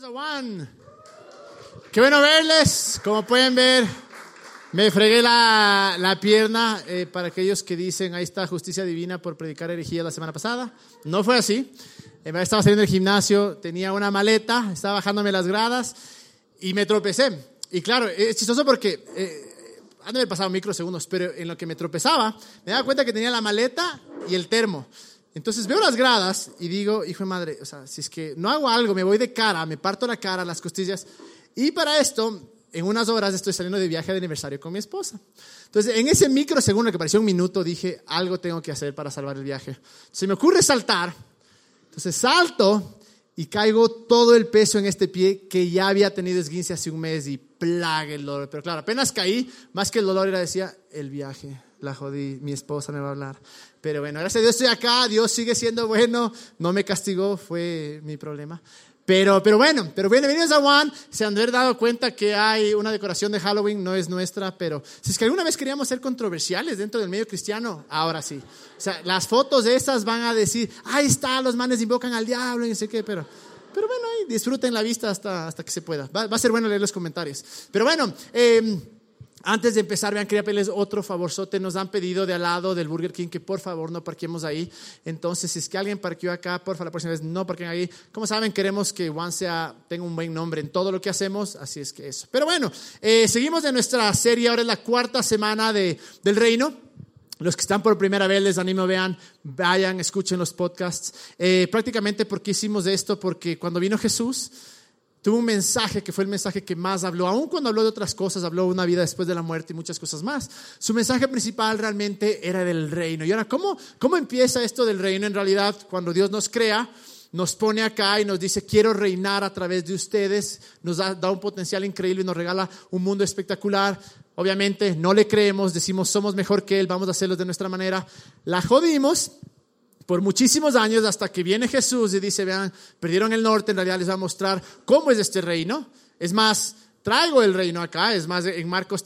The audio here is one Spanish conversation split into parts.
a Juan. Qué bueno verles. Como pueden ver, me fregué la pierna. Para aquellos que dicen, ahí está justicia divina por predicar herejía la semana pasada. No fue así. Estaba saliendo del gimnasio, tenía una maleta, estaba bajándome las gradas y me tropecé. Y claro, es chistoso porque han de haber pasado microsegundos, pero en lo que me tropezaba, me daba cuenta que tenía la maleta y el termo. Entonces veo las gradas y digo, hijo de madre, o sea, si es que no hago algo, me voy de cara, me parto la cara, las costillas. Y para esto, en unas horas estoy saliendo de viaje de aniversario con mi esposa. Entonces, en ese microsegundo que pareció un minuto, dije, algo tengo que hacer para salvar el viaje. Se me ocurre saltar. Entonces salto y caigo todo el peso en este pie que ya había tenido esguince hace un mes y plaga el dolor. Pero claro, apenas caí, más que el dolor era, decía, el viaje, la jodí, mi esposa me va a hablar. Pero bueno, gracias a Dios estoy acá, Dios sigue siendo bueno, no me castigó, fue mi problema. Pero bienvenidos a Juan. Se han de haber dado cuenta que hay una decoración de Halloween, no es nuestra, pero si es que alguna vez queríamos ser controversiales dentro del medio cristiano, ahora sí. O sea, las fotos de estas van a decir, ahí está, los manes invocan al diablo y no sé qué, pero bueno, ahí disfruten la vista hasta que se pueda. Va a ser bueno leer los comentarios. Pero bueno, antes de empezar, vean, quería pedirles otro favorzote. Nos han pedido de al lado del Burger King que por favor no parquemos ahí. Entonces, si es que alguien parqueó acá, por favor, la próxima vez no parquen ahí. Como saben, queremos que Juan tenga un buen nombre en todo lo que hacemos. Así es que eso. Pero bueno, seguimos de nuestra serie. Ahora es la cuarta semana del Reino. Los que están por primera vez, les animo, vayan, escuchen los podcasts. Prácticamente, ¿por qué hicimos esto? Porque cuando vino Jesús, tuvo un mensaje que fue el mensaje que más habló, aun cuando habló de otras cosas, habló de una vida después de la muerte y muchas cosas más. Su mensaje principal realmente era del reino. Y ahora, ¿cómo empieza esto del reino? En realidad, cuando Dios nos crea, nos pone acá y nos dice, quiero reinar a través de ustedes. Nos da un potencial increíble y nos regala un mundo espectacular. Obviamente, no le creemos, decimos, somos mejor que Él, vamos a hacerlo de nuestra manera. La jodimos por muchísimos años hasta que viene Jesús y dice, vean, perdieron el norte, en realidad les va a mostrar cómo es este reino. Es más, traigo el reino acá. Es más, en Marcos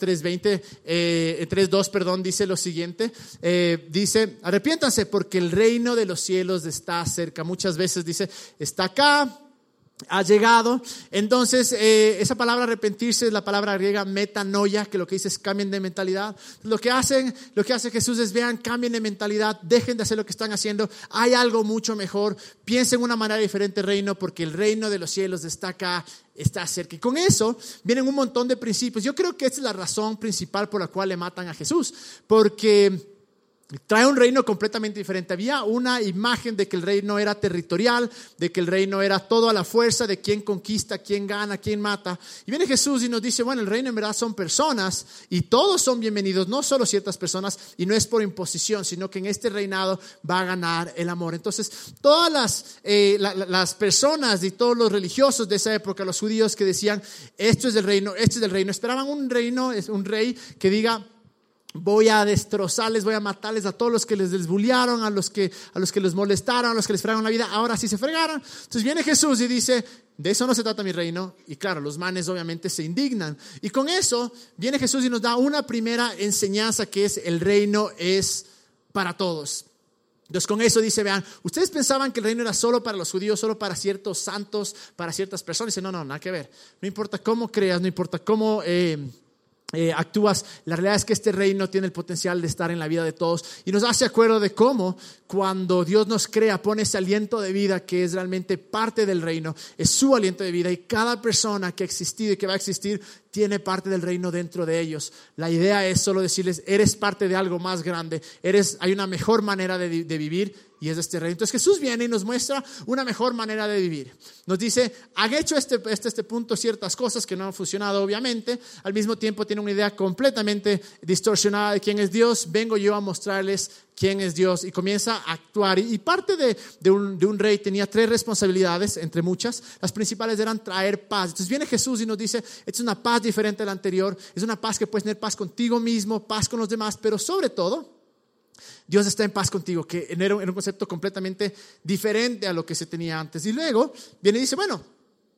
3:2, dice lo siguiente. Dice, arrepiéntanse porque el reino de los cielos está cerca. Muchas veces dice, está acá, ha llegado. Entonces, esa palabra arrepentirse es la palabra griega metanoia, que lo que dice es cambien de mentalidad. Lo que hace Jesús es, vean, cambien de mentalidad, dejen de hacer lo que están haciendo, hay algo mucho mejor, piensen de una manera diferente el reino, porque el reino de los cielos está acá, está cerca. Y con eso vienen un montón de principios. Yo creo que esta es la razón principal por la cual le matan a Jesús, porque trae un reino completamente diferente. Había una imagen de que el reino era territorial, de que el reino era todo a la fuerza, de quién conquista, quién gana, quién mata. Y viene Jesús y nos dice, bueno, el reino en verdad son personas y todos son bienvenidos, no solo ciertas personas, y no es por imposición, sino que en este reinado va a ganar el amor. Entonces, todas las personas y todos los religiosos de esa época, los judíos que decían, esto es del reino, esperaban un reino, un rey que diga, voy a destrozarles, voy a matarles a todos los que les bullearon, a los que los molestaron, a los que les fregaron la vida, ahora sí se fregaron. Entonces viene Jesús y dice, de eso no se trata mi reino. Y claro, los manes obviamente se indignan. Y con eso viene Jesús y nos da una primera enseñanza que es, el reino es para todos. Entonces con eso dice, vean, ustedes pensaban que el reino era solo para los judíos, solo para ciertos santos, para ciertas personas. Dice, no, nada que ver. No importa cómo creas, no importa cómo actúas, la realidad es que este reino tiene el potencial de estar en la vida de todos. Y nos hace acuerdo de cómo cuando Dios nos crea, pone ese aliento de vida que es realmente parte del reino, es su aliento de vida, y cada persona que ha existido y que va a existir tiene parte del reino dentro de ellos. La idea es solo decirles, eres parte de algo más grande, hay una mejor manera de vivir, y es este reino. Entonces Jesús viene y nos muestra una mejor manera de vivir. Nos dice, han hecho este punto ciertas cosas que no han funcionado obviamente, al mismo tiempo tiene una idea completamente distorsionada de quién es Dios. Vengo yo a mostrarles quién es Dios, y comienza a actuar. Y parte de un rey tenía 3 responsabilidades, entre muchas. Las principales eran traer paz. Entonces viene Jesús y nos dice, esta es una paz diferente a la anterior, es una paz que puedes tener paz contigo mismo, paz con los demás, pero sobre todo Dios está en paz contigo, que era un concepto completamente diferente a lo que se tenía antes. Y luego viene y dice, bueno,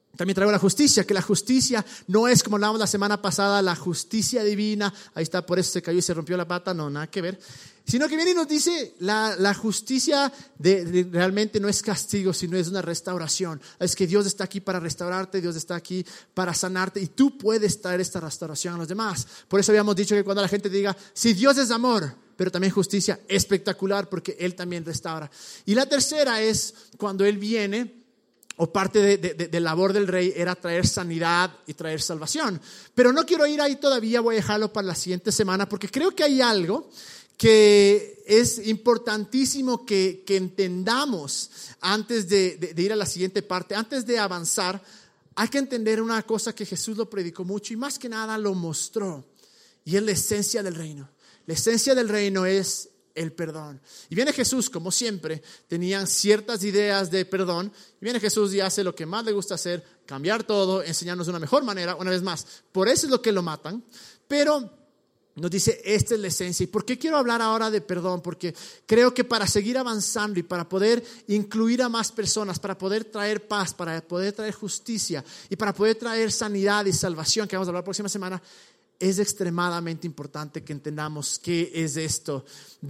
También traigo la justicia, que la justicia no es como hablábamos la semana pasada, la justicia divina. Ahí está, por eso se cayó y se rompió la pata. No, nada que ver. Sino que viene y nos dice, la justicia realmente no es castigo, sino es una restauración. Es que Dios está aquí para restaurarte, Dios está aquí para sanarte y tú puedes traer esta restauración a los demás. Por eso habíamos dicho que cuando la gente diga, si Dios es amor, pero también justicia, espectacular porque Él también restaura. Y la tercera es cuando Él viene, o parte de labor del rey era traer sanidad y traer salvación. Pero no quiero ir ahí todavía, voy a dejarlo para la siguiente semana porque creo que hay algo que es importantísimo que entendamos antes de ir a la siguiente parte. Antes de avanzar, hay que entender una cosa que Jesús lo predicó mucho y más que nada lo mostró. Y es la esencia del reino. La esencia del reino es el perdón. Y viene Jesús, como siempre, tenían ciertas ideas de perdón. Y viene Jesús y hace lo que más le gusta hacer, cambiar todo, enseñarnos de una mejor manera, una vez más. Por eso es lo que lo matan. Pero nos dice, esta es la esencia. ¿Y por qué quiero hablar ahora de perdón? Porque creo que para seguir avanzando y para poder incluir a más personas, para poder traer paz, para poder traer justicia y para poder traer sanidad y salvación, que vamos a hablar la próxima semana, es extremadamente importante que entendamos qué es esto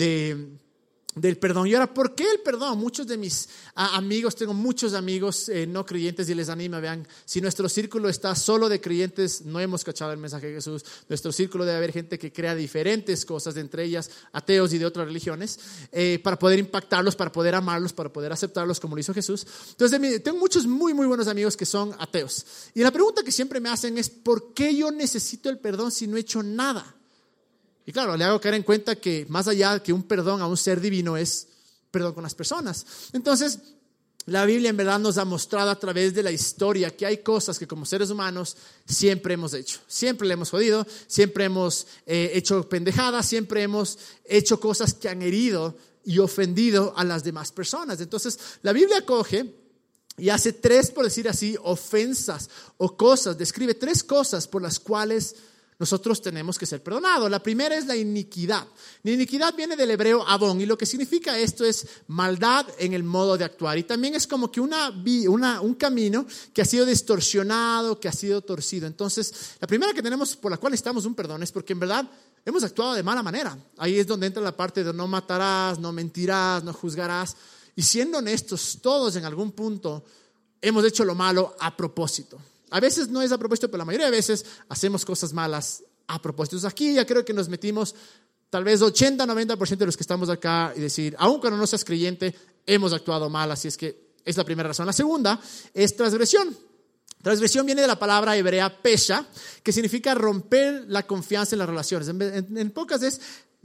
del perdón. Y ahora, ¿por qué el perdón? Muchos de mis amigos, tengo muchos amigos no creyentes y les anima, vean, si nuestro círculo está solo de creyentes, no hemos cachado el mensaje de Jesús. Nuestro círculo debe haber gente que crea diferentes cosas, entre ellas ateos y de otras religiones, para poder impactarlos, para poder amarlos, para poder aceptarlos como lo hizo Jesús. Entonces, tengo muchos muy, muy buenos amigos que son ateos. Y la pregunta que siempre me hacen es, ¿por qué yo necesito el perdón si no he hecho nada? Y claro, le hago caer en cuenta que más allá que un perdón a un ser divino es perdón con las personas. Entonces, la Biblia en verdad nos ha mostrado a través de la historia que hay cosas que como seres humanos siempre hemos hecho. Siempre le hemos jodido, siempre hemos hecho pendejadas, siempre hemos hecho cosas que han herido y ofendido a las demás personas. Entonces, la Biblia coge y hace tres, por decir así, ofensas o cosas. Describe tres cosas por las cuales nosotros tenemos que ser perdonados. La primera es la iniquidad. La iniquidad viene del hebreo abón y lo que significa esto es maldad en el modo de actuar. Y también es como que un camino que ha sido distorsionado, que ha sido torcido. Entonces, la primera que tenemos por la cual necesitamos un perdón es porque en verdad hemos actuado de mala manera. Ahí es donde entra la parte de no matarás, no mentirás, no juzgarás. Y siendo honestos, todos en algún punto hemos hecho lo malo a propósito. A veces no es a propósito, pero la mayoría de veces hacemos cosas malas a propósito. Entonces aquí ya creo que nos metimos tal vez 80-90% de los que estamos acá y decir, aun cuando no seas creyente, hemos actuado mal, así es que es la primera razón. La segunda es transgresión. Transgresión viene de la palabra hebrea pesha, que significa romper la confianza en las relaciones. En pocas es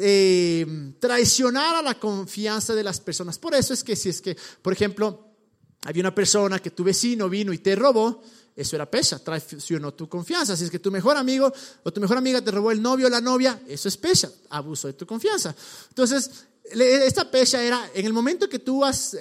traicionar a la confianza de las personas. Por eso es que si es que, por ejemplo, había una persona que tu vecino vino y te robó, eso era pesha, traicionó tu confianza. Si es que tu mejor amigo o tu mejor amiga te robó el novio o la novia, eso es pesha, abuso de tu confianza. Entonces, esta pesha era en el momento que tú has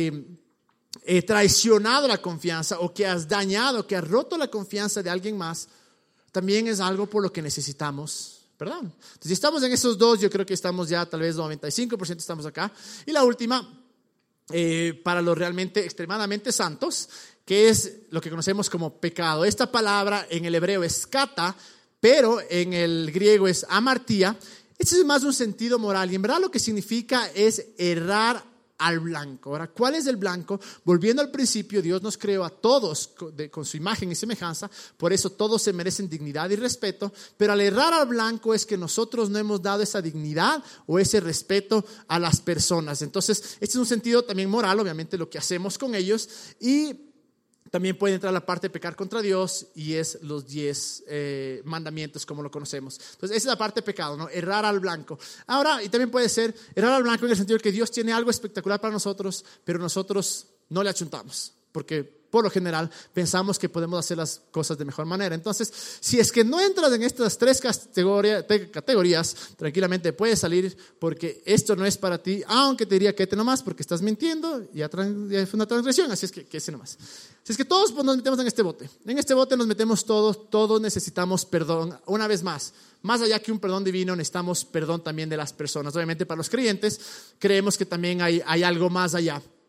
traicionado la confianza o que has dañado, que has roto la confianza de alguien más, también es algo por lo que necesitamos perdón. Entonces, si estamos en esos dos, yo creo que estamos ya tal vez 95% estamos acá. Y la última, para los realmente extremadamente santos, que es lo que conocemos como pecado. Esta palabra en el hebreo es kata, pero en el griego es amartía. Este es más un sentido moral y en verdad lo que significa es errar al blanco. Ahora, ¿cuál es el blanco? Volviendo al principio, Dios nos creó a todos con su imagen y semejanza, por eso todos se merecen dignidad y respeto, pero al errar al blanco es que nosotros no hemos dado esa dignidad o ese respeto a las personas. Entonces, este es un sentido también moral, obviamente lo que hacemos con ellos, y también puede entrar la parte de pecar contra Dios y es los 10 mandamientos como lo conocemos. Entonces esa es la parte de pecado, ¿no? Errar al blanco. Ahora, y también puede ser errar al blanco en el sentido de que Dios tiene algo espectacular para nosotros, pero nosotros no le achuntamos, porque por lo general pensamos que podemos hacer las cosas de mejor manera. Entonces, si es que no entras en estas tres categorías, tranquilamente puedes salir porque esto no es para ti, aunque te diría que te nomás porque estás mintiendo y ya es una transgresión, así es que ese nomás. Así es que todos pues, nos metemos en este bote. En este bote nos metemos todos necesitamos perdón. Una vez más allá que un perdón divino, necesitamos perdón también de las personas. Obviamente para los creyentes creemos que también hay algo más allá.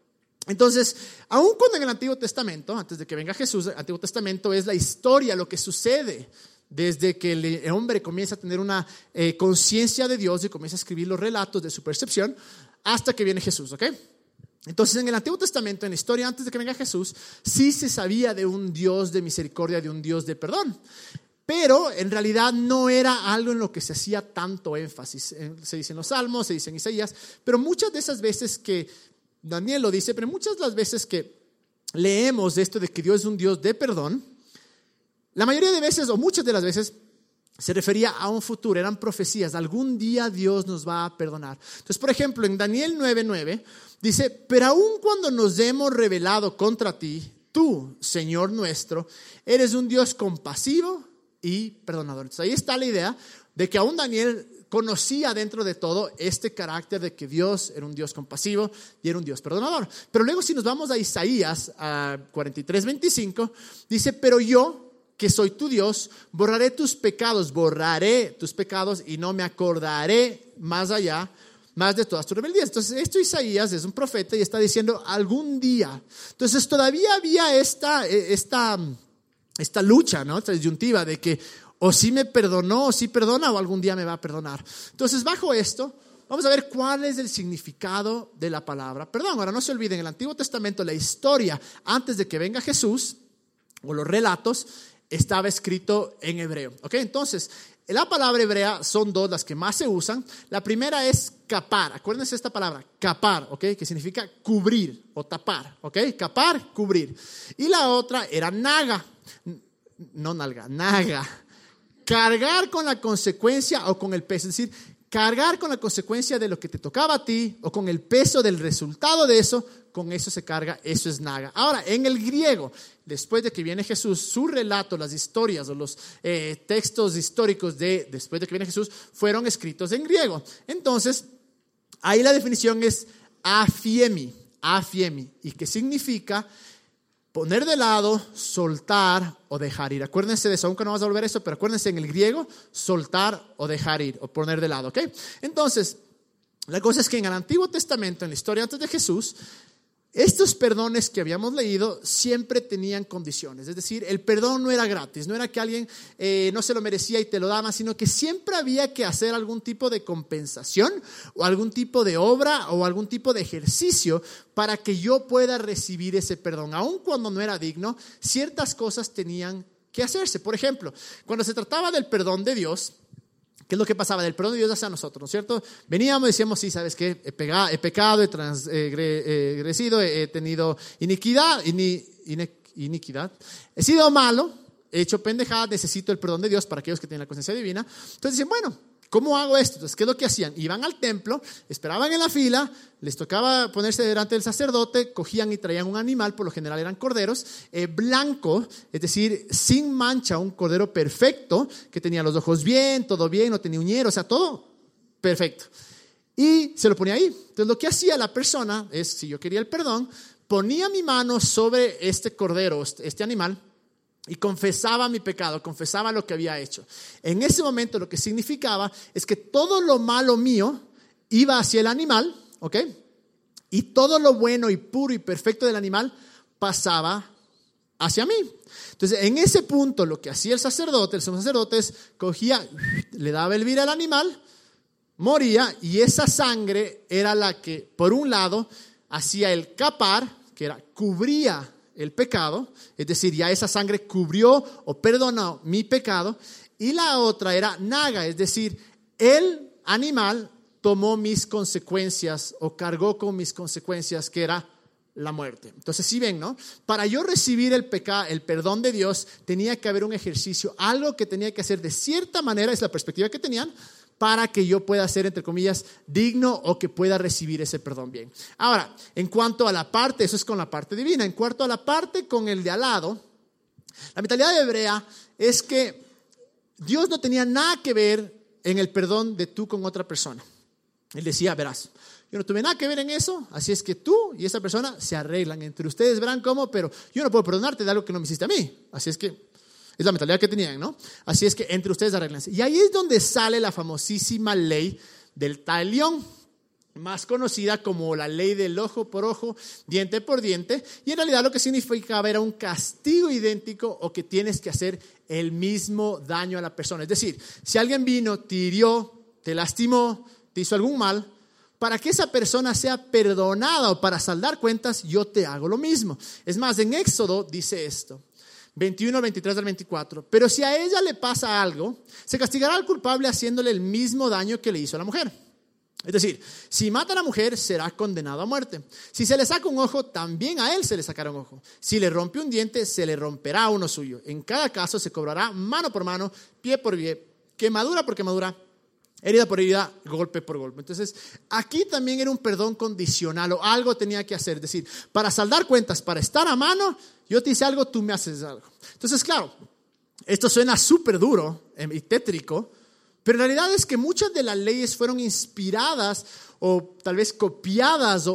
Entonces, aun cuando en el Antiguo Testamento, antes de que venga Jesús, el Antiguo Testamento es la historia, lo que sucede desde que el hombre comienza a tener una conciencia de Dios y comienza a escribir los relatos de su percepción hasta que viene Jesús, ¿ok? Entonces, en el Antiguo Testamento, en la historia antes de que venga Jesús, sí se sabía de un Dios de misericordia, de un Dios de perdón. Pero en realidad no era algo en lo que se hacía tanto énfasis. Se dice en los Salmos, se dice en Isaías, pero muchas de esas veces que Daniel lo dice, pero muchas de las veces que leemos esto de que Dios es un Dios de perdón, la mayoría de veces o muchas de las veces se refería a un futuro, eran profecías, algún día Dios nos va a perdonar. Entonces, por ejemplo, en Daniel 9:9 dice, pero aun cuando nos hemos rebelado contra ti, tú, Señor nuestro, eres un Dios compasivo y perdonador. Entonces ahí está la idea de que aún Daniel conocía dentro de todo este carácter de que Dios era un Dios compasivo y era un Dios perdonador. Pero luego si nos vamos a Isaías 43:25, dice, pero yo, que soy tu Dios, borraré tus pecados y no me acordaré más de todas tus rebeldías. Entonces esto Isaías es un profeta y está diciendo algún día. Entonces todavía había esta lucha, ¿no? Esta disyuntiva de que o sí me perdonó, o sí perdona, o algún día me va a perdonar. Entonces, bajo esto, vamos a ver cuál es el significado de la palabra perdón. Ahora, no se olviden, en el Antiguo Testamento, la historia antes de que venga Jesús, o los relatos, estaba escrito en hebreo. ¿Ok? Entonces, la palabra hebrea son dos las que más se usan. La primera es capar. Acuérdense de esta palabra, capar, ¿ok? Que significa cubrir o tapar, ¿ok? Capar, cubrir. Y la otra era naga. No nalga, naga. Cargar con la consecuencia o con el peso. Es decir, cargar con la consecuencia de lo que te tocaba a ti o con el peso del resultado de eso, con eso se carga, eso es naga. Ahora, en el griego, después de que viene Jesús, su relato, las historias o los textos históricos de después de que viene Jesús fueron escritos en griego. Entonces, ahí la definición es afiemi, y que significa poner de lado, soltar o dejar ir. Acuérdense de eso, aunque no vamos a volver a eso, pero acuérdense en el griego, soltar o dejar ir o poner de lado, ¿ok? Entonces, la cosa es que en el Antiguo Testamento, en la historia antes de Jesús, estos perdones que habíamos leído siempre tenían condiciones. Es decir, el perdón no era gratis, no era que alguien no se lo merecía y te lo daba, sino que siempre había que hacer algún tipo de compensación o algún tipo de obra o algún tipo de ejercicio para que yo pueda recibir ese perdón. Aun cuando no era digno, ciertas cosas tenían que hacerse. Por ejemplo, cuando se trataba del perdón de Dios, ¿qué es lo que pasaba? Del perdón de Dios hacia nosotros, ¿no es cierto? Veníamos y decíamos, sí, ¿sabes qué? He pecado, he transgresido, he tenido iniquidad, he sido malo, he hecho pendejadas, necesito el perdón de Dios para aquellos que tienen la conciencia divina. Entonces dicen, bueno, ¿cómo hago esto? Entonces, ¿qué es lo que hacían? Iban al templo, esperaban en la fila, les tocaba ponerse delante del sacerdote, cogían y traían un animal, por lo general eran corderos, blanco, es decir, sin mancha, un cordero perfecto, que tenía los ojos bien, todo bien, no tenía uñero, o sea, todo perfecto. Y se lo ponía ahí. Entonces, lo que hacía la persona es, si yo quería el perdón, ponía mi mano sobre este cordero, este animal, y confesaba mi pecado, confesaba lo que había hecho. En ese momento lo que significaba es que todo lo malo mío iba hacia el animal, ¿ok? Y todo lo bueno y puro y perfecto del animal pasaba hacia mí. Entonces, en ese punto lo que hacía el sumo sacerdote es cogía, le daba el vir al animal, moría, y esa sangre era la que, por un lado, hacía el capar, que era cubría el pecado, es decir, ya esa sangre cubrió o perdonó mi pecado, y la otra era naga, es decir, el animal tomó mis consecuencias o cargó con mis consecuencias, que era la muerte. Entonces, si ven, ¿no? Para yo recibir el perdón de Dios, tenía que haber un ejercicio, algo que tenía que hacer de cierta manera, es la perspectiva que tenían, para que yo pueda ser, entre comillas, digno o que pueda recibir ese perdón bien. Ahora, en cuanto a la parte, eso es con la parte divina. En cuanto a la parte con el de al lado, la mentalidad hebrea es que Dios no tenía nada que ver en el perdón de tú con otra persona. Él decía, verás, yo no tuve nada que ver en eso, así es que tú y esa persona se arreglan entre ustedes, verán cómo, pero yo no puedo perdonarte de algo que no me hiciste a mí. Así es que es la mentalidad que tenían, ¿no? Así es que entre ustedes arreglense. Y ahí es donde sale la famosísima ley del talión. más conocida como la ley del ojo por ojo, diente por diente, y en realidad lo que significaba era un castigo idéntico o que tienes que hacer el mismo daño a la persona. Es decir, si alguien vino, te hirió, te lastimó, te hizo algún mal, para que esa persona sea perdonada o para saldar cuentas, yo te hago lo mismo. Es más, en Éxodo dice esto, 21, 23 al 24, pero si a ella le pasa algo, se castigará al culpable haciéndole el mismo daño que le hizo a la mujer. Es decir, si mata a la mujer, será condenado a muerte. Si se le saca un ojo, también a él se le sacará un ojo. Si le rompe un diente, se le romperá uno suyo. En cada caso se cobrará mano por mano, pie por pie, quemadura por quemadura, herida por herida, golpe por golpe. Entonces, aquí también era un perdón condicional o algo tenía que hacer. Es decir, para saldar cuentas, para estar a mano, yo te hice algo, tú me haces algo. Entonces, claro, esto suena súper duro y tétrico, pero en realidad es que muchas de las leyes fueron inspiradas o tal vez copiadas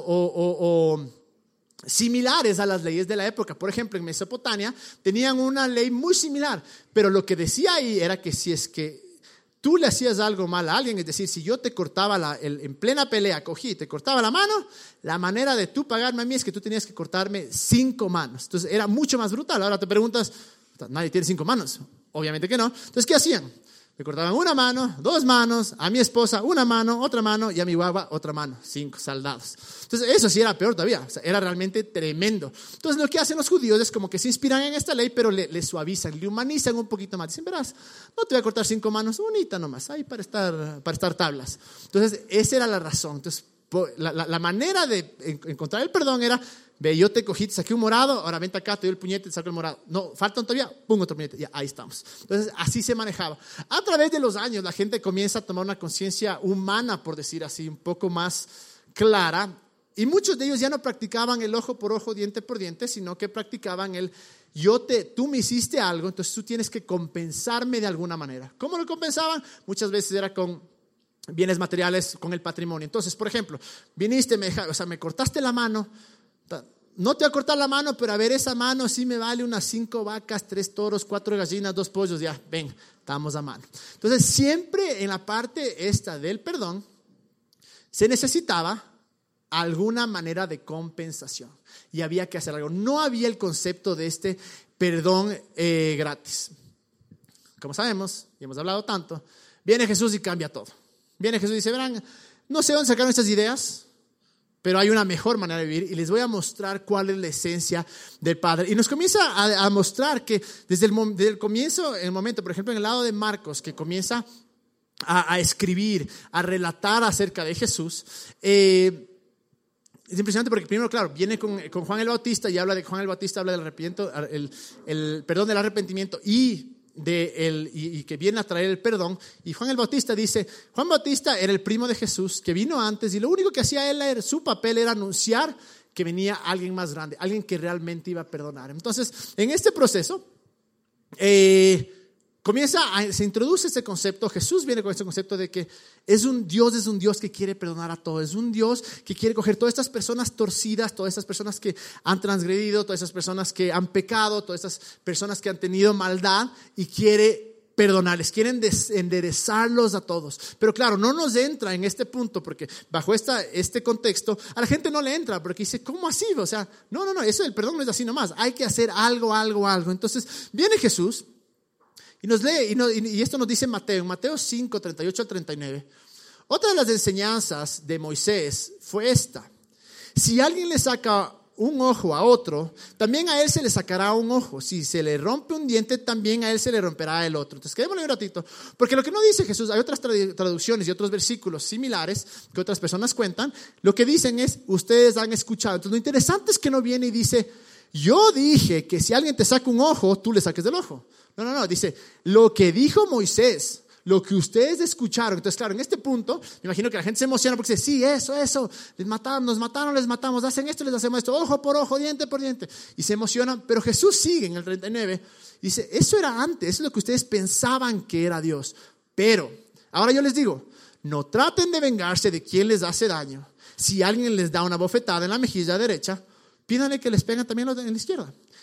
o similares a las leyes de la época. Por ejemplo, en Mesopotamia tenían una ley muy similar, pero lo que decía ahí era que si es que tú le hacías algo mal a alguien, es decir, si yo te cortaba en plena pelea, cogí y te cortaba la mano, la manera de tú pagarme a mí es que tú tenías que cortarme 5 manos. Entonces era mucho más brutal. Ahora te preguntas, ¿nadie tiene 5 manos? Obviamente que no. Entonces, ¿qué hacían? Me cortaban una mano, 2 manos, a mi esposa una mano, otra mano y a mi guagua otra mano, 5 soldados. Entonces eso sí era peor todavía, o sea, era realmente tremendo. Entonces lo que hacen los judíos es como que se inspiran en esta ley, pero le suavizan, le humanizan un poquito más. Dicen, verás, no te voy a cortar 5 manos, unita nomás, ahí para estar tablas. Entonces esa era la razón. Entonces la manera de encontrar el perdón era, ve, yo te cogí, te saqué un morado, ahora vente acá, te doy el puñete, te saco el morado. No, faltan todavía, pum, otro puñete, ya, ahí estamos. Entonces, así se manejaba. A través de los años, la gente comienza a tomar una conciencia humana, por decir así, un poco más clara, y muchos de ellos ya no practicaban el ojo por ojo, diente por diente, sino que practicaban el, tú me hiciste algo, entonces tú tienes que compensarme de alguna manera. ¿Cómo lo compensaban? Muchas veces era con bienes materiales, con el patrimonio. Entonces, por ejemplo, viniste, me cortaste la mano. No te voy a cortar la mano, pero a ver, esa mano sí me vale unas 5 vacas, 3 toros, 4 gallinas, 2 pollos, ya, ven, estamos a mano. Entonces, siempre en la parte esta del perdón, se necesitaba alguna manera de compensación y había que hacer algo. No había el concepto de este perdón gratis. Como sabemos, y hemos hablado tanto, viene Jesús y cambia todo. Viene Jesús y dice, verán, no sé dónde sacaron estas ideas, pero hay una mejor manera de vivir y les voy a mostrar cuál es la esencia del Padre. Y nos comienza a mostrar que desde el comienzo, en el momento, por ejemplo, en el lado de Marcos, que comienza a escribir, a relatar acerca de Jesús, es impresionante porque primero, claro, viene con Juan el Bautista y habla de Juan el Bautista, habla del arrepentimiento, el perdón del arrepentimiento y que viene a traer el perdón. Y Juan el Bautista dice, Juan Bautista era el primo de Jesús que vino antes y lo único que hacía él, su papel era anunciar que venía alguien más grande, alguien que realmente iba a perdonar. Entonces, en este proceso se introduce este concepto. Jesús viene con este concepto de que es un Dios que quiere perdonar a todos, es un Dios que quiere coger todas estas personas torcidas, todas estas personas que han transgredido, todas estas personas que han pecado, todas estas personas que han tenido maldad y quiere perdonarles, quieren enderezarlos a todos. Pero claro, no nos entra en este punto porque bajo este contexto a la gente no le entra porque dice, ¿cómo así? O sea, no, eso del perdón no es así nomás, hay que hacer algo. Entonces viene Jesús y nos lee, y esto nos dice en Mateo 5, 38 al 39. Otra de las enseñanzas de Moisés fue esta: si alguien le saca un ojo a otro, también a él se le sacará un ojo. Si se le rompe un diente, también a él se le romperá el otro. Entonces, quedémosle un ratito, porque lo que no dice Jesús, hay otras traducciones y otros versículos similares que otras personas cuentan. Lo que dicen es, ustedes han escuchado. Entonces, lo interesante es que no viene y dice, yo dije que si alguien te saca un ojo, tú le saques del ojo. No, dice, lo que dijo Moisés, lo que ustedes escucharon. Entonces, claro, en este punto, me imagino que la gente se emociona porque dice, sí, eso, nos mataron, les matamos, hacen esto, les hacemos esto, ojo por ojo, diente por diente. Y se emocionan, pero Jesús sigue en el 39, dice, eso era antes, eso es lo que ustedes pensaban que era Dios. Pero, ahora yo les digo, no traten de vengarse de quien les hace daño. Si alguien les da una bofetada en la mejilla derecha, pídanle que les peguen también en la izquierda.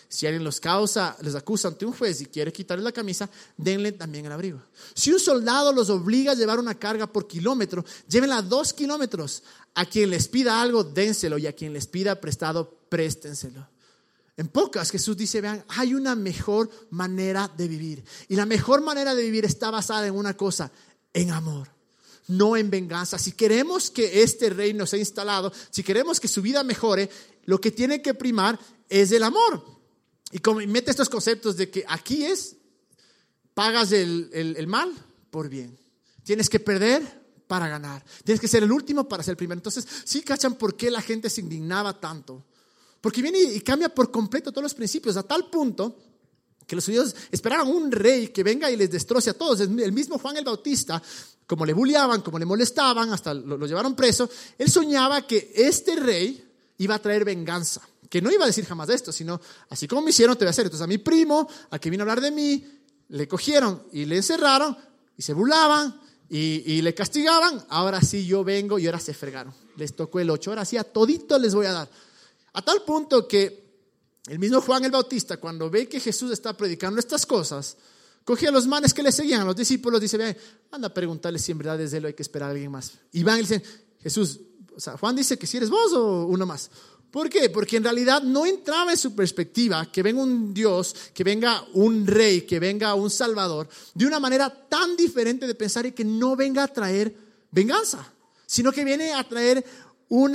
Si alguien les acusa ante un juez y quiere quitarle la camisa, denle también el abrigo. Si un soldado los obliga a llevar una carga por kilómetro, llévenla 2 kilómetros. A quien les pida algo, dénselo, y a quien les pida prestado, préstenselo. En pocas, Jesús dice, vean, hay una mejor manera de vivir. Y la mejor manera de vivir está basada en una cosa, en amor, no en venganza. Si queremos que este reino sea instalado, si queremos que su vida mejore, lo que tiene que primar es el amor. Y como mete estos conceptos de que aquí pagas el mal por bien. Tienes que perder para ganar. Tienes que ser el último para ser el primero. Entonces, sí cachan por qué la gente se indignaba tanto. Porque viene y cambia por completo todos los principios, a tal punto que los judíos esperaban un rey que venga y les destroce a todos. El mismo Juan el Bautista, como le bulleaban, como le molestaban, hasta lo llevaron preso, él soñaba que este rey iba a traer venganza, que no iba a decir jamás de esto, sino así como me hicieron te voy a hacer. Entonces a mi primo, al que vino a hablar de mí, le cogieron y le encerraron y se burlaban y le castigaban. Ahora sí yo vengo, y ahora se fregaron, les tocó el 8, ahora sí a todito les voy a dar. A tal punto que el mismo Juan el Bautista, cuando ve que Jesús está predicando estas cosas, coge a los manes que le seguían, a los discípulos, dice, ve, anda a preguntarle si en verdad es él o hay que esperar a alguien más. Y van y le dicen, Jesús, o sea, Juan dice que si eres vos o uno más. ¿Por qué? Porque en realidad no entraba en su perspectiva que venga un Dios, que venga un rey, que venga un Salvador, de una manera tan diferente de pensar, y que no venga a traer venganza, sino que viene a traer un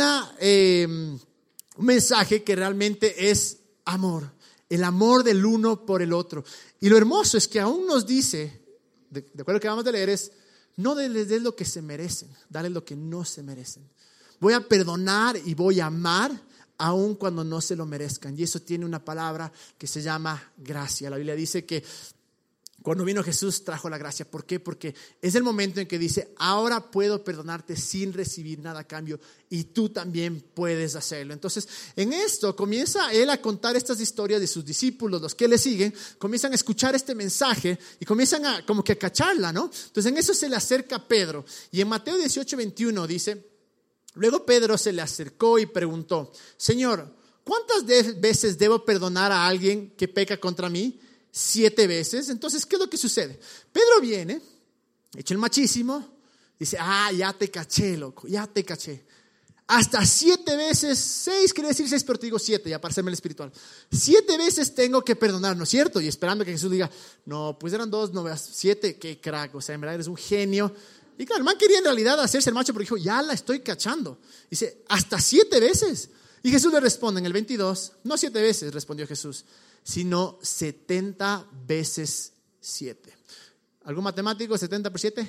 mensaje que realmente es amor, el amor del uno por el otro. Y lo hermoso es que aún nos dice, de acuerdo a lo que vamos a leer, es no les des lo que se merecen, dale lo que no se merecen. Voy a perdonar y voy a amar aun cuando no se lo merezcan. Y eso tiene una palabra que se llama gracia. La Biblia dice que cuando vino Jesús trajo la gracia. ¿Por qué? Porque es el momento en que dice, ahora puedo perdonarte sin recibir nada a cambio, y tú también puedes hacerlo. Entonces, en esto comienza él a contar estas historias de sus discípulos, los que le siguen, comienzan a escuchar este mensaje y comienzan a como que a cacharla, ¿no? Entonces, en eso se le acerca Pedro. Y en Mateo 18:21 dice, luego Pedro se le acercó y preguntó, Señor, ¿cuántas veces debo perdonar a alguien que peca contra mí? 7 veces. Entonces, ¿qué es lo que sucede? Pedro viene, echa el machísimo, dice, ya te caché, loco, ya te caché. Hasta 7 veces, 6 quiere decir 6, pero te digo 7, ya para hacerme el espiritual. 7 veces tengo que perdonar, ¿no es cierto? Y esperando que Jesús diga, no, pues eran 2, no veas, 7, qué crack, o sea, en verdad eres un genio. Y claro, el man quería en realidad hacerse el macho, pero dijo, ya la estoy cachando. Dice, hasta 7 veces. Y Jesús le responde en el 22, no 7 veces, respondió Jesús, sino 70 veces 7. ¿Algún matemático? 70 por 7,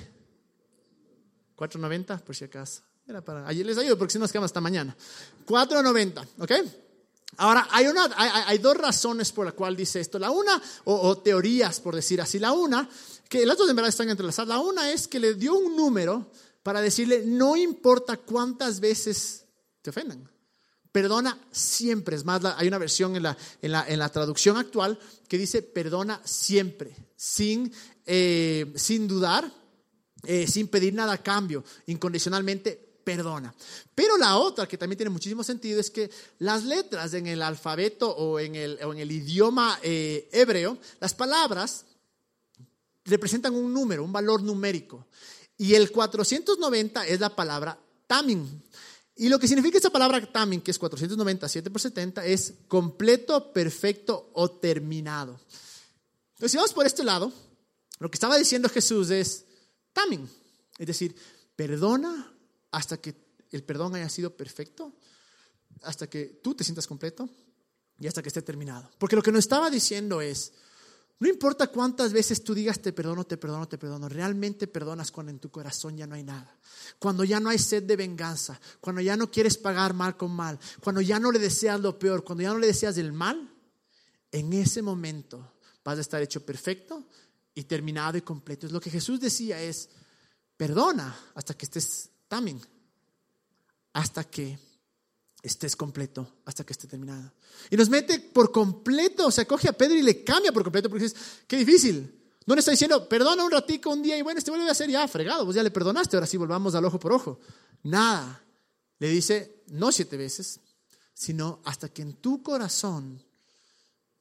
490 por si acaso. Era para ayer les ayudo porque si no nos quedamos hasta mañana. 490, ¿ok? Ahora hay 2 razones por las cuales dice esto. La una, o teorías por decir así. La una, que las dos en verdad están entrelazadas. La una es que le dio un número para decirle, no importa cuántas veces te ofendan, perdona siempre. Es más, hay una versión en la traducción actual que dice perdona siempre, sin dudar, sin pedir nada a cambio, incondicionalmente perdona. Pero la otra, que también tiene muchísimo sentido, es que las letras en el alfabeto o en el idioma hebreo, las palabras representan un número, un valor numérico. Y el 490 es la palabra tamim. Y lo que significa esa palabra tamim, que es 490, 7 por 70, es completo, perfecto o terminado. Entonces, si vamos por este lado, lo que estaba diciendo Jesús es tamim, es decir, perdona hasta que el perdón haya sido perfecto, hasta que tú te sientas completo y hasta que esté terminado. Porque lo que nos estaba diciendo es, no importa cuántas veces tú digas te perdono, te perdono, te perdono, realmente perdonas cuando en tu corazón ya no hay nada, cuando ya no hay sed de venganza, cuando ya no quieres pagar mal con mal, cuando ya no le deseas lo peor, cuando ya no le deseas el mal. En ese momento vas a estar hecho perfecto y terminado y completo. Es lo que Jesús decía, es perdona hasta que estés también, hasta que estés completo, hasta que esté terminado. Y nos mete por completo, o sea, coge a Pedro y le cambia por completo, porque dices, qué difícil. No le está diciendo, perdona un ratico, un día, y bueno, vuelve a hacer ya fregado, pues ya le perdonaste, ahora sí volvamos al ojo por ojo. Nada. Le dice, no 7 veces, sino hasta que en tu corazón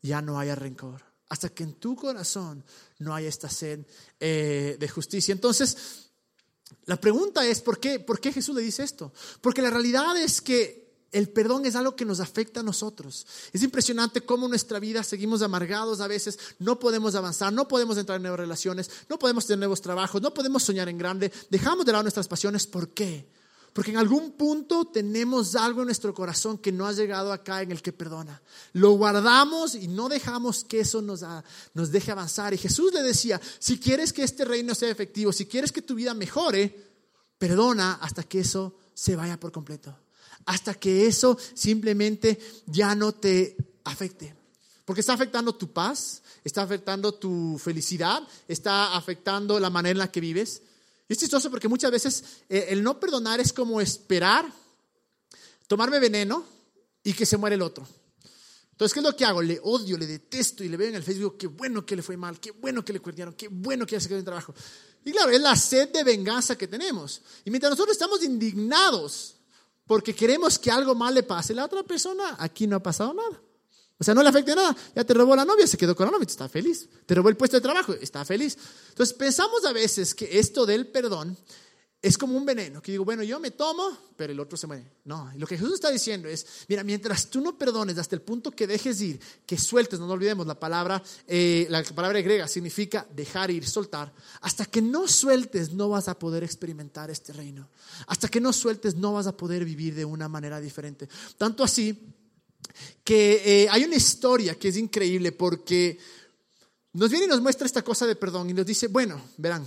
ya no haya rencor, hasta que en tu corazón no haya esta sed de justicia. Entonces, la pregunta es, ¿por qué Jesús le dice esto? Porque la realidad es que el perdón es algo que nos afecta a nosotros. Es impresionante cómo en nuestra vida seguimos amargados a veces, no podemos avanzar, no podemos entrar en nuevas relaciones, no podemos tener nuevos trabajos, no podemos soñar en grande, dejamos de lado nuestras pasiones. ¿Por qué? Porque en algún punto tenemos algo en nuestro corazón que no ha llegado acá en el que perdona. Lo guardamos y no dejamos que eso nos deje avanzar. Y Jesús le decía, si quieres que este reino sea efectivo, si quieres que tu vida mejore, perdona hasta que eso se vaya por completo. Hasta que eso simplemente ya no te afecte. Porque está afectando tu paz, está afectando tu felicidad, está afectando la manera en la que vives. Y es chistoso porque muchas veces el no perdonar es como esperar, tomarme veneno y que se muere el otro. Entonces, ¿qué es lo que hago? Le odio, le detesto y le veo en el Facebook, qué bueno que le fue mal, qué bueno que le cuerdearon, qué bueno que ya se quedó sin trabajo. Y claro, es la sed de venganza que tenemos. Y mientras nosotros estamos indignados porque queremos que algo mal le pase, la otra persona, aquí no ha pasado nada. O sea, no le afecta nada. Ya te robó la novia, se quedó con la novia, está feliz. Te robó el puesto de trabajo, está feliz. Entonces pensamos a veces que esto del perdón es como un veneno, que digo, bueno, yo me tomo, pero el otro se muere. No, y lo que Jesús está diciendo es, mira, mientras tú no perdones hasta el punto que dejes ir, que sueltes, no nos olvidemos, la palabra griega significa dejar ir, soltar. Hasta que no sueltes, no vas a poder experimentar este reino. Hasta que no sueltes, no vas a poder vivir de una manera diferente. Tanto así que hay una historia que es increíble porque nos viene y nos muestra esta cosa de perdón y nos dice, bueno, verán,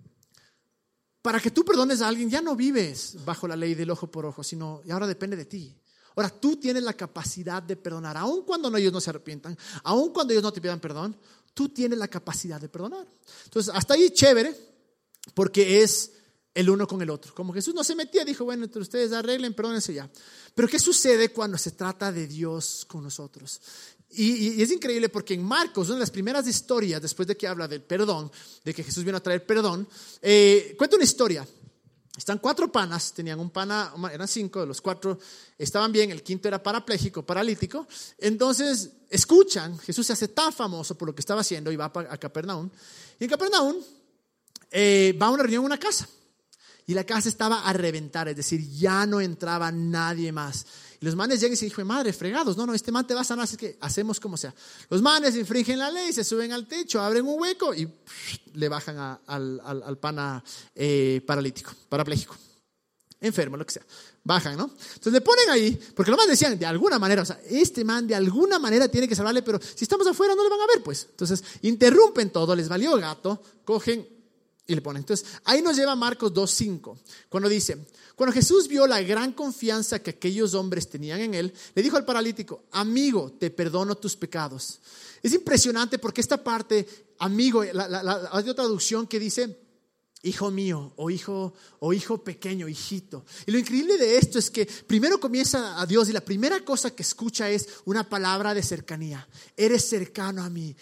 para que tú perdones a alguien ya no vives bajo la ley del ojo por ojo, sino y ahora depende de ti. Ahora tú tienes la capacidad de perdonar, aun cuando ellos no se arrepientan, aun cuando ellos no te pidan perdón, tú tienes la capacidad de perdonar. Entonces hasta ahí chévere, porque es el uno con el otro. Como Jesús no se metía, dijo, bueno, entre ustedes arreglen, perdónense ya. Pero ¿qué sucede cuando se trata de Dios con nosotros? Y es increíble porque en Marcos, una de las primeras historias, después de que habla del perdón, de que Jesús vino a traer perdón, cuenta una historia. Están 4 panas, tenían un pana, eran 5, de los 4 estaban bien, el quinto era parapléjico, paralítico. Entonces escuchan, Jesús se hace tan famoso por lo que estaba haciendo y va a Capernaum. Y en Capernaum va a una reunión en una casa. Y la casa estaba a reventar, es decir, ya no entraba nadie más. Y los manes llegan y se dicen, madre, fregados, no, este man te va a sanar, así que hacemos como sea. Los manes infringen la ley, se suben al techo, abren un hueco y le bajan al pana parapléjico, enfermo, lo que sea. Bajan, ¿no? Entonces le ponen ahí, porque los manes decían, de alguna manera, o sea, este man de alguna manera tiene que salvarle, pero si estamos afuera no le van a ver, pues. Entonces interrumpen todo, les valió gato, cogen y le ponen. Entonces, ahí nos lleva Marcos 2:5, cuando dice, cuando Jesús vio la gran confianza que aquellos hombres tenían en él, le dijo al paralítico, amigo, te perdono tus pecados. Es impresionante porque esta parte, amigo, hay otra traducción que dice, hijo mío, o hijo pequeño, hijito. Y lo increíble de esto es que primero comienza a Dios y la primera cosa que escucha es una palabra de cercanía. Eres cercano a mí.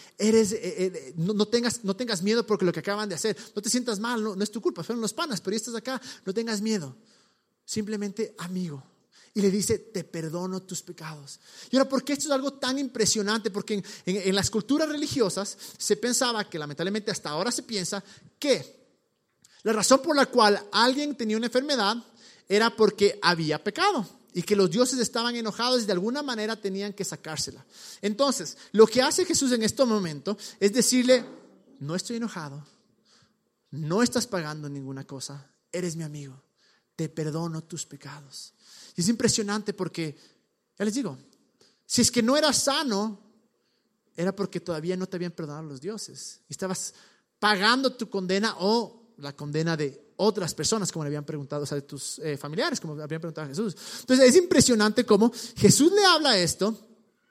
No tengas miedo porque lo que acaban de hacer. No te sientas mal, no es tu culpa, fueron los panas, pero ya estás acá, no tengas miedo. Simplemente amigo. Y le dice, te perdono tus pecados. Y ahora, ¿por qué esto es algo tan impresionante? Porque en las culturas religiosas se pensaba que, lamentablemente hasta ahora se piensa, que la razón por la cual alguien tenía una enfermedad era porque había pecado y que los dioses estaban enojados y de alguna manera tenían que sacársela. Entonces, lo que hace Jesús en este momento es decirle, no estoy enojado, no estás pagando ninguna cosa, eres mi amigo, te perdono tus pecados. Y es impresionante porque, ya les digo, si es que no eras sano, era porque todavía no te habían perdonado los dioses y estabas pagando tu condena o la condena de otras personas, como le habían preguntado, o sea, de tus familiares, como le habían preguntado a Jesús. Entonces es impresionante cómo Jesús le habla esto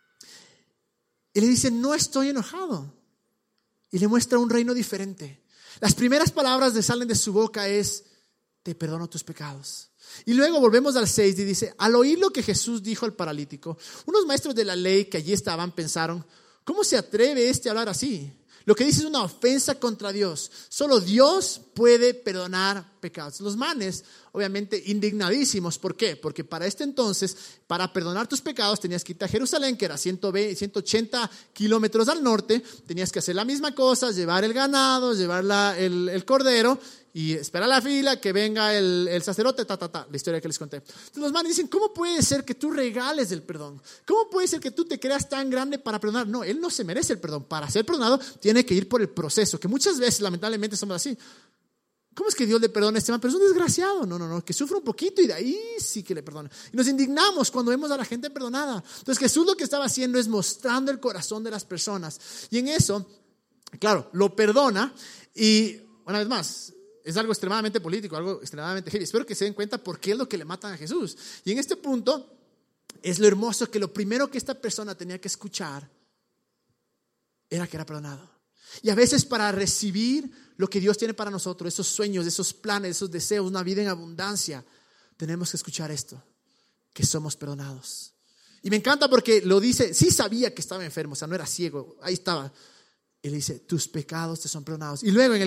y le dice, no estoy enojado, y le muestra un reino diferente. Las primeras palabras que salen de su boca es, te perdono tus pecados. Y luego volvemos al 6 y dice, al oír lo que Jesús dijo al paralítico, unos maestros de la ley que allí estaban pensaron, ¿cómo se atreve a hablar así? Lo que dice es una ofensa contra Dios. Solo Dios puede perdonar pecados. Los manes, obviamente, indignadísimos. ¿Por qué? Porque para este entonces, para perdonar tus pecados, tenías que irte a Jerusalén, que era 180 kilómetros al norte. Tenías que hacer la misma cosa, llevar el ganado, llevar el cordero y esperar la fila, que venga el sacerdote, la historia que les conté. Entonces los manes dicen, ¿cómo puede ser que tú regales el perdón? ¿Cómo puede ser que tú te creas tan grande para perdonar? No, él no se merece el perdón. Para ser perdonado tiene que ir por el proceso, que muchas veces lamentablemente somos así. ¿Cómo es que Dios le perdona a este man? Pero es un desgraciado. No, que sufra un poquito y de ahí sí que le perdona. Y nos indignamos cuando vemos a la gente perdonada. Entonces Jesús lo que estaba haciendo es mostrando el corazón de las personas. Y en eso, claro, lo perdona y una vez más, es algo extremadamente político, algo extremadamente heavy. Espero que se den cuenta por qué es lo que le matan a Jesús. Y en este punto es lo hermoso, que lo primero que esta persona tenía que escuchar era que era perdonado. Y a veces para recibir lo que Dios tiene para nosotros, esos sueños, esos planes, esos deseos, una vida en abundancia, tenemos que escuchar esto, que somos perdonados. Y me encanta porque lo dice, sí sabía que estaba enfermo, o sea, no era ciego, ahí estaba. Y le dice, tus pecados te son perdonados. Y luego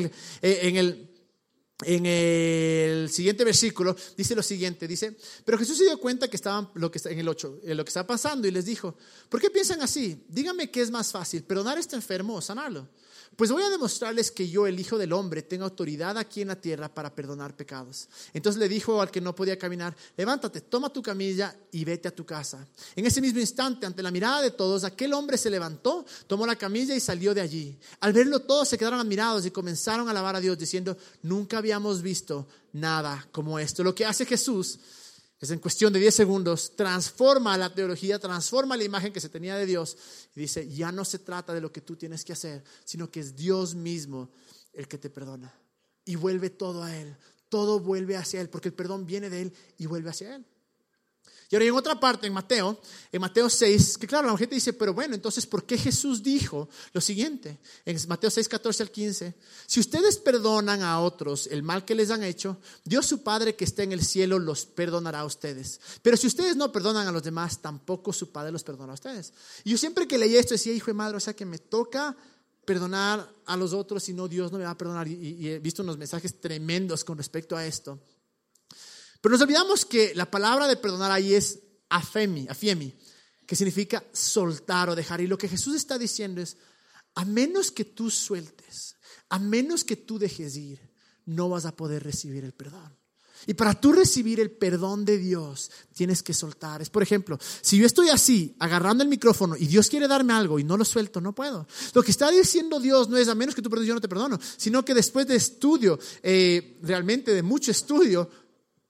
en el siguiente versículo dice lo siguiente, dice, pero Jesús se dio cuenta que estaban, en el 8, lo que estaba pasando, y les dijo, ¿por qué piensan así? Díganme qué es más fácil, perdonar a este enfermo o sanarlo. Pues voy a demostrarles que yo, el Hijo del Hombre, tengo autoridad aquí en la tierra para perdonar pecados. Entonces le dijo al que no podía caminar, levántate, toma tu camilla y vete a tu casa. En ese mismo instante, ante la mirada de todos, aquel hombre se levantó, tomó la camilla y salió de allí. Al verlo todos se quedaron admirados y comenzaron a alabar a Dios diciendo, nunca habíamos visto nada como esto. Lo que hace Jesús es, en cuestión de 10 segundos, transforma la teología, transforma la imagen que se tenía de Dios y dice, ya no se trata de lo que tú tienes que hacer, sino que es Dios mismo el que te perdona. Y vuelve todo a Él, todo vuelve hacia Él, porque el perdón viene de Él y vuelve hacia Él. Y ahora en otra parte, en Mateo 6, que claro, la gente dice, pero bueno, entonces, ¿por qué Jesús dijo lo siguiente? En Mateo 6, 14 al 15, si ustedes perdonan a otros el mal que les han hecho, Dios su Padre que está en el cielo los perdonará a ustedes. Pero si ustedes no perdonan a los demás, tampoco su Padre los perdonará a ustedes. Y yo siempre que leí esto decía, hijo de madre, o sea que me toca perdonar a los otros, si no Dios no me va a perdonar. Y he visto unos mensajes tremendos con respecto a esto. Pero nos olvidamos que la palabra de perdonar ahí es afiemi, que significa soltar o dejar. Y lo que Jesús está diciendo es, a menos que tú sueltes, a menos que tú dejes ir, no vas a poder recibir el perdón. Y para tú recibir el perdón de Dios, tienes que soltar. Es, por ejemplo, si yo estoy así, agarrando el micrófono y Dios quiere darme algo y no lo suelto, no puedo. Lo que está diciendo Dios no es, a menos que tú perdones, yo no te perdono, sino que después de estudio, realmente de mucho estudio,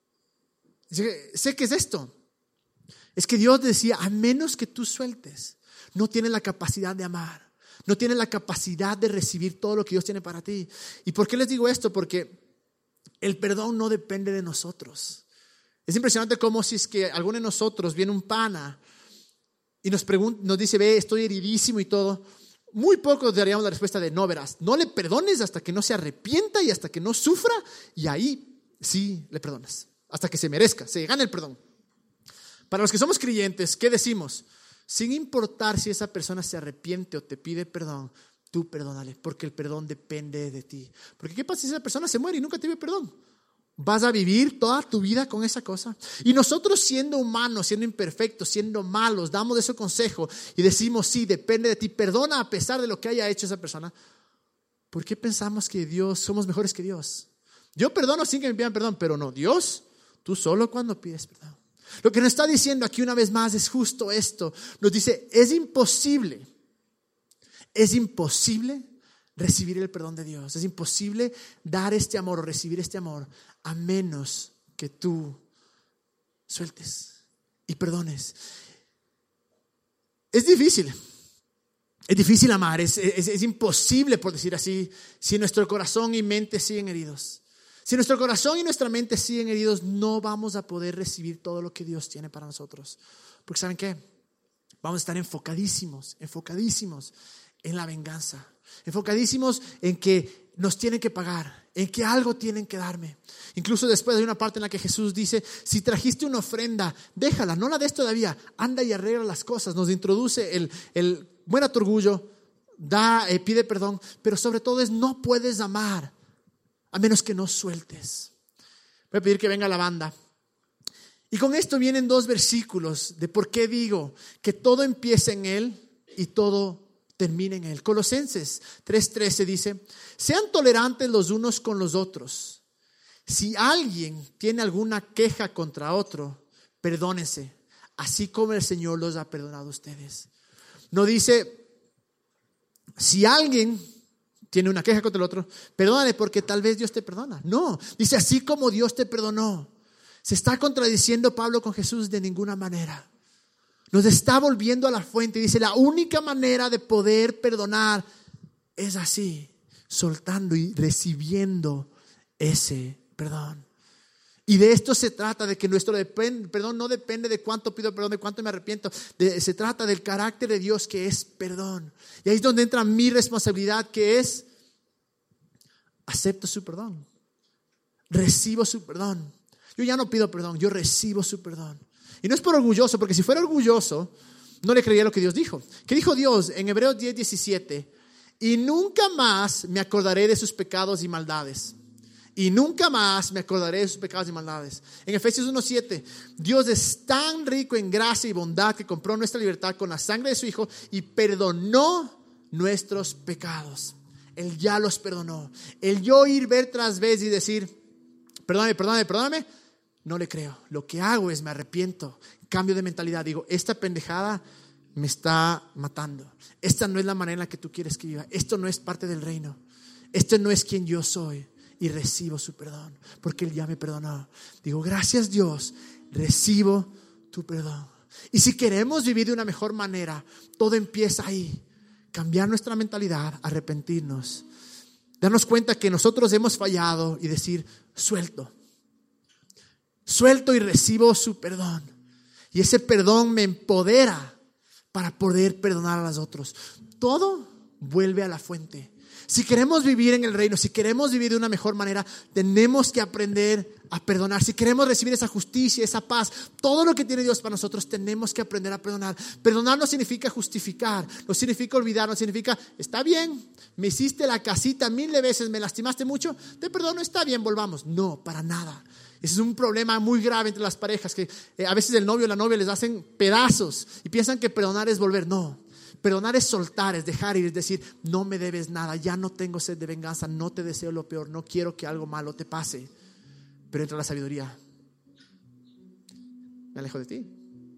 sé que es esto. Es que Dios decía, a menos que tú sueltes, no tienes la capacidad de amar, no tienes la capacidad de recibir todo lo que Dios tiene para ti. ¿Y por qué les digo esto? Porque el perdón no depende de nosotros. Es impresionante cómo si es que alguno de nosotros viene un pana y nos dice, ve, estoy heridísimo y todo, muy pocos daríamos la respuesta de, no, verás, no le perdones hasta que no se arrepienta y hasta que no sufra, y ahí sí le perdonas. Hasta que se merezca, se gane el perdón. Para los que somos creyentes, ¿qué decimos? Sin importar si esa persona se arrepiente o te pide perdón, tú perdónale, porque el perdón depende de ti. Porque ¿qué pasa si esa persona se muere y nunca te pide perdón? ¿Vas a vivir toda tu vida con esa cosa? Y nosotros, siendo humanos, siendo imperfectos, siendo malos, damos ese consejo y decimos, sí, depende de ti, perdona a pesar de lo que haya hecho esa persona. ¿Por qué pensamos que somos mejores que Dios? Yo perdono sin que me pidan perdón, pero no, Dios, tú solo cuando pides perdón. Lo que nos está diciendo aquí una vez más es justo esto. Nos dice, es imposible recibir el perdón de Dios. Es imposible dar este amor o recibir este amor a menos que tú sueltes y perdones. Es difícil amar, es imposible, por decir así, si nuestro corazón y mente siguen heridos. Si nuestro corazón y nuestra mente siguen heridos, no vamos a poder recibir todo lo que Dios tiene para nosotros. Porque ¿saben qué? Vamos a estar enfocadísimos en la venganza, enfocadísimos en que nos tienen que pagar, en que algo tienen que darme. Incluso después hay una parte en la que Jesús dice, si trajiste una ofrenda, déjala, no la des todavía, anda y arregla las cosas. Nos introduce el muera tu orgullo, pide perdón, pero sobre todo es, no puedes amar a menos que no sueltes. Voy a pedir que venga la banda. Y con esto vienen 2 versículos de por qué digo que todo empieza en Él y todo termina en Él. Colosenses 3:13 dice: sean tolerantes los unos con los otros. Si alguien tiene alguna queja contra otro, perdónense, así como el Señor los ha perdonado a ustedes. No dice, si alguien tiene una queja contra el otro, perdónale porque tal vez Dios te perdona. No, dice así como Dios te perdonó. ¿Se está contradiciendo Pablo con Jesús? De ninguna manera. Nos está volviendo a la fuente. Dice, la única manera de poder perdonar es así, soltando y recibiendo ese perdón. Y de esto se trata, de que nuestro perdón no depende de cuánto pido perdón, de cuánto me arrepiento. Se trata del carácter de Dios, que es perdón. Y ahí es donde entra mi responsabilidad, que es: acepto su perdón, recibo su perdón. Yo ya no pido perdón, yo recibo su perdón. Y no es por orgulloso, porque si fuera orgulloso no le creería lo que Dios dijo. ¿Qué dijo Dios en Hebreos 10:17? Y nunca más me acordaré de sus pecados y maldades. Y nunca más me acordaré de sus pecados y maldades. En Efesios 1:7, Dios es tan rico en gracia y bondad que compró nuestra libertad con la sangre de su Hijo y perdonó nuestros pecados. Él ya los perdonó. El yo ir vez tras vez y decir, perdóname, no le creo. Lo que hago es me arrepiento, cambio de mentalidad. Digo, esta pendejada me está matando. Esta no es la manera en la que tú quieres que viva. Esto no es parte del reino. Esto no es quien yo soy. Y recibo su perdón, porque Él ya me perdonó. Digo, gracias Dios, recibo tu perdón. Y si queremos vivir de una mejor manera, todo empieza ahí. Cambiar nuestra mentalidad, arrepentirnos, darnos cuenta que nosotros hemos fallado y decir, suelto y recibo su perdón. Y ese perdón me empodera para poder perdonar a los otros. Todo vuelve a la fuente. Si queremos vivir en el reino, si queremos vivir de una mejor manera, tenemos que aprender a perdonar. Si queremos recibir esa justicia, esa paz, todo lo que tiene Dios para nosotros, tenemos que aprender a perdonar. Perdonar no significa justificar, no significa olvidar, no significa, está bien, me hiciste la casita 1000 veces, me lastimaste mucho, te perdono, está bien, volvamos. No, para nada. Ese es un problema muy grave entre las parejas, que a veces el novio o la novia les hacen pedazos y piensan que perdonar es volver. No. Perdonar es soltar, es dejar ir, es decir, no me debes nada, ya no tengo sed de venganza, no te deseo lo peor, no quiero que algo malo te pase. Pero entra la sabiduría. Me alejo de ti.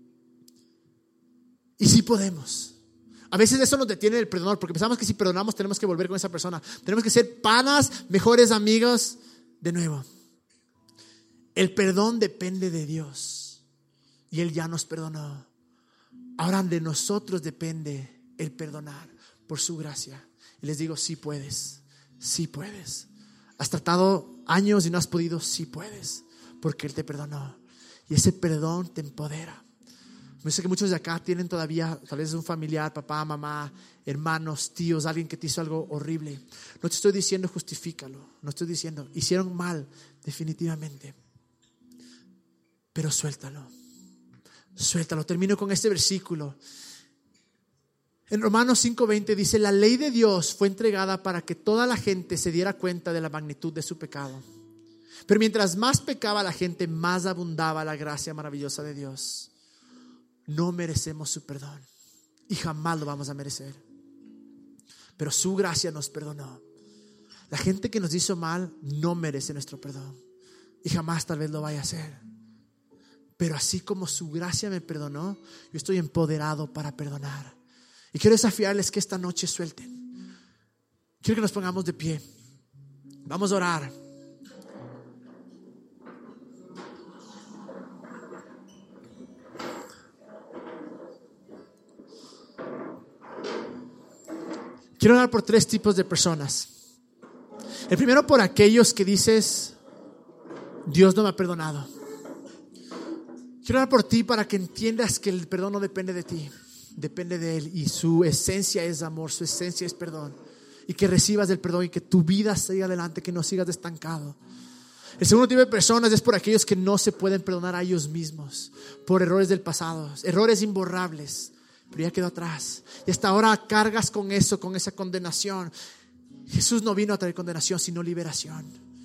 Y sí podemos. A veces eso nos detiene el perdonar, porque pensamos que si perdonamos tenemos que volver con esa persona. Tenemos que ser panas, mejores amigos de nuevo. El perdón depende de Dios y Él ya nos perdonó. Ahora de nosotros depende el perdonar por su gracia. Y les digo, sí puedes, sí puedes. Has tratado años y no has podido, sí puedes, porque Él te perdonó. Y ese perdón te empodera. Yo sé que muchos de acá tienen todavía, tal vez un familiar, papá, mamá, hermanos, tíos, alguien que te hizo algo horrible. No te estoy diciendo justifícalo, no estoy diciendo hicieron mal, definitivamente. Pero suéltalo. Termino con este versículo. En Romanos 5:20 dice: la ley de Dios fue entregada para que toda la gente se diera cuenta de la magnitud de su pecado. Pero mientras más pecaba la gente, más abundaba la gracia maravillosa de Dios. No merecemos su perdón y jamás lo vamos a merecer, pero su gracia nos perdonó. La gente que nos hizo mal no merece nuestro perdón y jamás tal vez lo vaya a hacer. Pero así como su gracia me perdonó, yo estoy empoderado para perdonar. Y quiero desafiarles que esta noche suelten. Quiero que nos pongamos de pie. Vamos a orar. Quiero orar por 3 tipos de personas. El primero, por aquellos que dices, Dios no me ha perdonado. Quiero orar por ti para que entiendas que el perdón no depende de ti, depende de Él, y su esencia es amor, su esencia es perdón, y que recibas el perdón y que tu vida siga adelante, que no sigas estancado. El segundo tipo de personas es por aquellos que no se pueden perdonar a ellos mismos por errores del pasado, errores imborrables, pero ya quedó atrás y hasta ahora cargas con eso, con esa condenación. Jesús no vino a traer condenación sino liberación.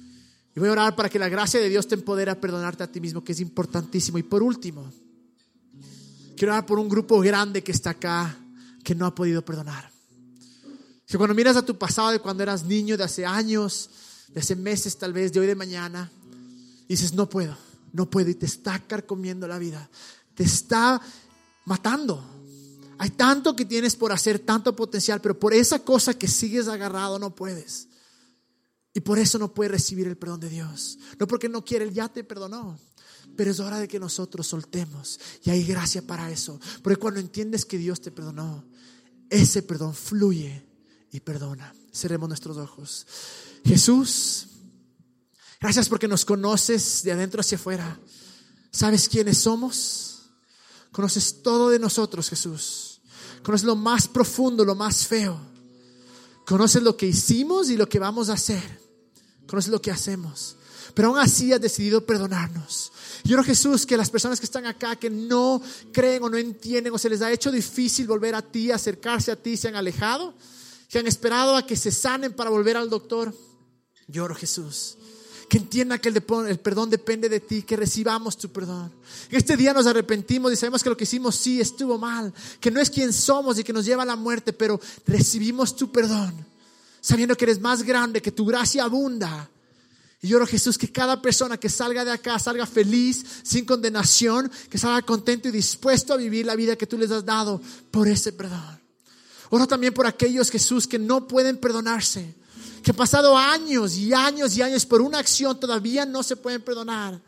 Y voy a orar para que la gracia de Dios te empodere a perdonarte a ti mismo, que es importantísimo. Y por último, quiero orar por un grupo grande que está acá, que no ha podido perdonar. Que cuando miras a tu pasado de cuando eras niño, de hace años, de hace meses tal vez, de hoy de mañana, dices no puedo, y te está carcomiendo la vida, te está matando. Hay tanto que tienes por hacer, tanto potencial, pero por esa cosa que sigues agarrado no puedes. Y por eso no puedes recibir el perdón de Dios. No porque no quiere, Él ya te perdonó. Pero es hora de que nosotros soltemos. Y hay gracia para eso. Porque cuando entiendes que Dios te perdonó, ese perdón fluye y perdona. Cerremos nuestros ojos. Jesús, gracias porque nos conoces de adentro hacia afuera. Sabes quiénes somos. Conoces todo de nosotros, Jesús. Conoces lo más profundo, lo más feo. Conoces lo que hicimos y lo que vamos a hacer. Conoces lo que hacemos. Pero aún así has decidido perdonarnos. Y oro, Jesús, que las personas que están acá, que no creen o no entienden o se les ha hecho difícil volver a ti, acercarse a ti, se han alejado, que han esperado a que se sanen para volver al doctor. Yo oro, Jesús, que entienda que el perdón depende de ti, que recibamos tu perdón. En este día nos arrepentimos y sabemos que lo que hicimos sí estuvo mal, que no es quien somos y que nos lleva a la muerte, pero recibimos tu perdón, sabiendo que eres más grande, que tu gracia abunda. Y yo oro, Jesús, que cada persona que salga de acá salga feliz, sin condenación, que salga contento y dispuesto a vivir la vida que tú les has dado por ese perdón. Oro también por aquellos, Jesús, que no pueden perdonarse, que han pasado años y años y años por una acción, todavía no se pueden perdonar.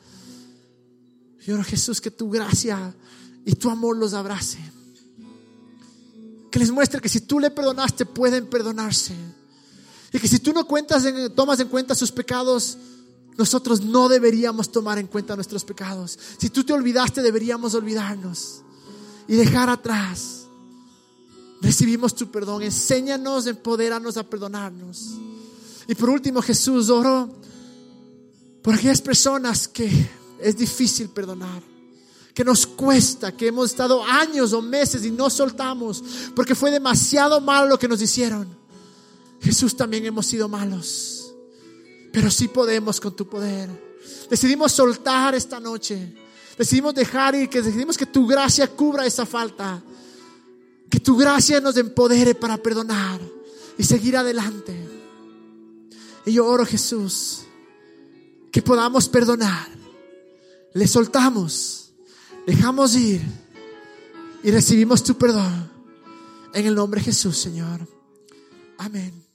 Yo oro, Jesús, que tu gracia y tu amor los abrace, que les muestre que si tú le perdonaste pueden perdonarse, y que si tú no tomas en cuenta sus pecados, nosotros no deberíamos tomar en cuenta nuestros pecados. Si tú te olvidaste, deberíamos olvidarnos y dejar atrás. Recibimos tu perdón. Enséñanos, empodéranos a perdonarnos. Y por último, Jesús, oro por aquellas personas que es difícil perdonar, que nos cuesta, que hemos estado años o meses y no soltamos porque fue demasiado malo lo que nos hicieron. Jesús, también hemos sido malos, pero sí podemos con tu poder. Decidimos soltar esta noche. Decidimos dejar ir, decidimos que tu gracia cubra esa falta, que tu gracia nos empodere para perdonar y seguir adelante. Y yo oro, Jesús, que podamos perdonar. Le soltamos, dejamos ir y recibimos tu perdón. En el nombre de Jesús, Señor. Amén.